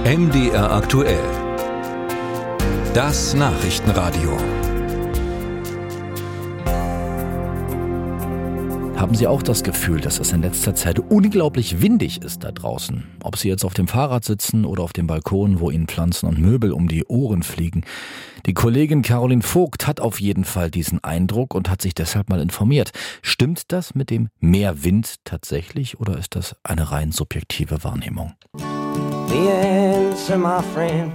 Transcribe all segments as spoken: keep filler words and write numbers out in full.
M D R aktuell. Das Nachrichtenradio. Haben Sie auch das Gefühl, dass es in letzter Zeit unglaublich windig ist da draußen? Ob Sie jetzt auf dem Fahrrad sitzen oder auf dem Balkon, wo Ihnen Pflanzen und Möbel um die Ohren fliegen. Die Kollegin Caroline Vogt hat auf jeden Fall diesen Eindruck und hat sich deshalb mal informiert. Stimmt das mit dem mehr Wind tatsächlich oder ist das eine rein subjektive Wahrnehmung? The answer, my friend,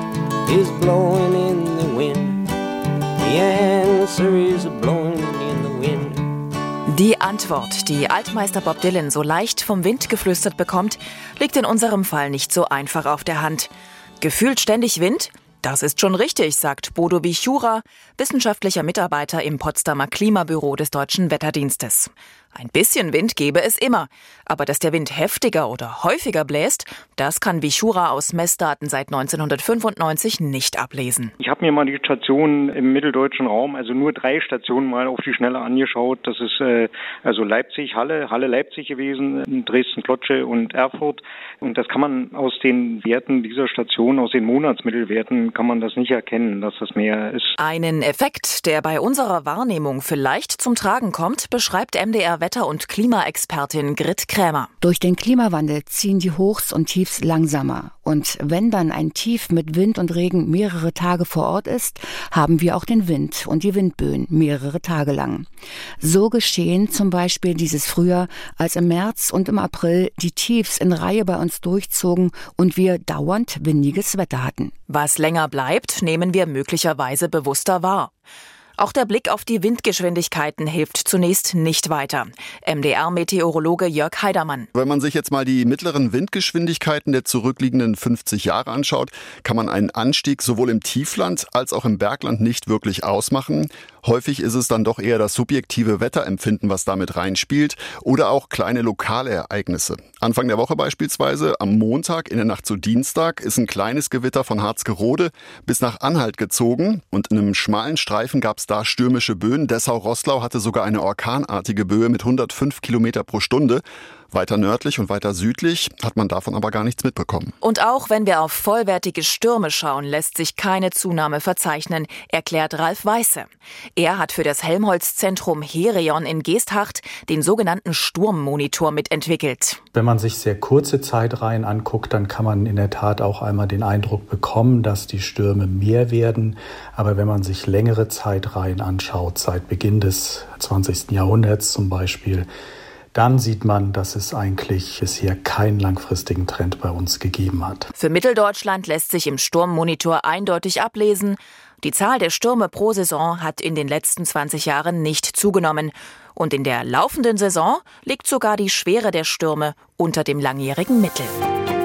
is blowing in the wind. The answer is blowing in the wind. Die Antwort, die Altmeister Bob Dylan so leicht vom Wind geflüstert bekommt, liegt in unserem Fall nicht so einfach auf der Hand. Gefühlt ständig Wind? Das ist schon richtig, sagt Bodo Wichura, wissenschaftlicher Mitarbeiter im Potsdamer Klimabüro des Deutschen Wetterdienstes. Ein bisschen Wind gäbe es immer, aber dass der Wind heftiger oder häufiger bläst, das kann Wichura aus Messdaten seit neunzehnhundertfünfundneunzig nicht ablesen. Ich habe mir mal die Stationen im mitteldeutschen Raum, also nur drei Stationen mal auf die Schnelle angeschaut. Das ist äh, also Leipzig, Halle, Halle-Leipzig gewesen, Dresden, Klotsche und Erfurt. Und das kann man aus den Werten dieser Station, aus den Monatsmittelwerten, kann man das nicht erkennen, dass das mehr ist. Einen Effekt, der bei unserer Wahrnehmung vielleicht zum Tragen kommt, beschreibt M D R Wetter- und Klimaexpertin Grit Krämer. Durch den Klimawandel ziehen die Hochs und Tiefs langsamer. Und wenn dann ein Tief mit Wind und Regen mehrere Tage vor Ort ist, haben wir auch den Wind und die Windböen mehrere Tage lang. So geschehen zum Beispiel dieses Frühjahr, als im März und im April die Tiefs in Reihe bei uns durchzogen und wir dauernd windiges Wetter hatten. Was länger bleibt, nehmen wir möglicherweise bewusster wahr. Auch der Blick auf die Windgeschwindigkeiten hilft zunächst nicht weiter. M D R-Meteorologe Jörg Heidermann. Wenn man sich jetzt mal die mittleren Windgeschwindigkeiten der zurückliegenden fünfzig Jahre anschaut, kann man einen Anstieg sowohl im Tiefland als auch im Bergland nicht wirklich ausmachen. Häufig ist es dann doch eher das subjektive Wetterempfinden, was damit reinspielt, oder auch kleine lokale Ereignisse. Anfang der Woche beispielsweise, am Montag in der Nacht zu Dienstag, ist ein kleines Gewitter von Harzgerode bis nach Anhalt gezogen und in einem schmalen Streifen gab es da stürmische Böen. Dessau-Roßlau hatte sogar eine orkanartige Böe mit hundertfünf Kilometer pro Stunde. Weiter nördlich und weiter südlich hat man davon aber gar nichts mitbekommen. Und auch wenn wir auf vollwertige Stürme schauen, lässt sich keine Zunahme verzeichnen, erklärt Ralf Weiße. Er hat für das Helmholtz-Zentrum Herion in Geesthacht den sogenannten Sturmmonitor mitentwickelt. Wenn man sich sehr kurze Zeitreihen anguckt, dann kann man in der Tat auch einmal den Eindruck bekommen, dass die Stürme mehr werden. Aber wenn man sich längere Zeitreihen anschaut, seit Beginn des zwanzigsten Jahrhunderts zum Beispiel, dann sieht man, dass es eigentlich bisher keinen langfristigen Trend bei uns gegeben hat. Für Mitteldeutschland lässt sich im Sturmmonitor eindeutig ablesen, die Zahl der Stürme pro Saison hat in den letzten zwanzig Jahren nicht zugenommen. Und in der laufenden Saison liegt sogar die Schwere der Stürme unter dem langjährigen Mittel.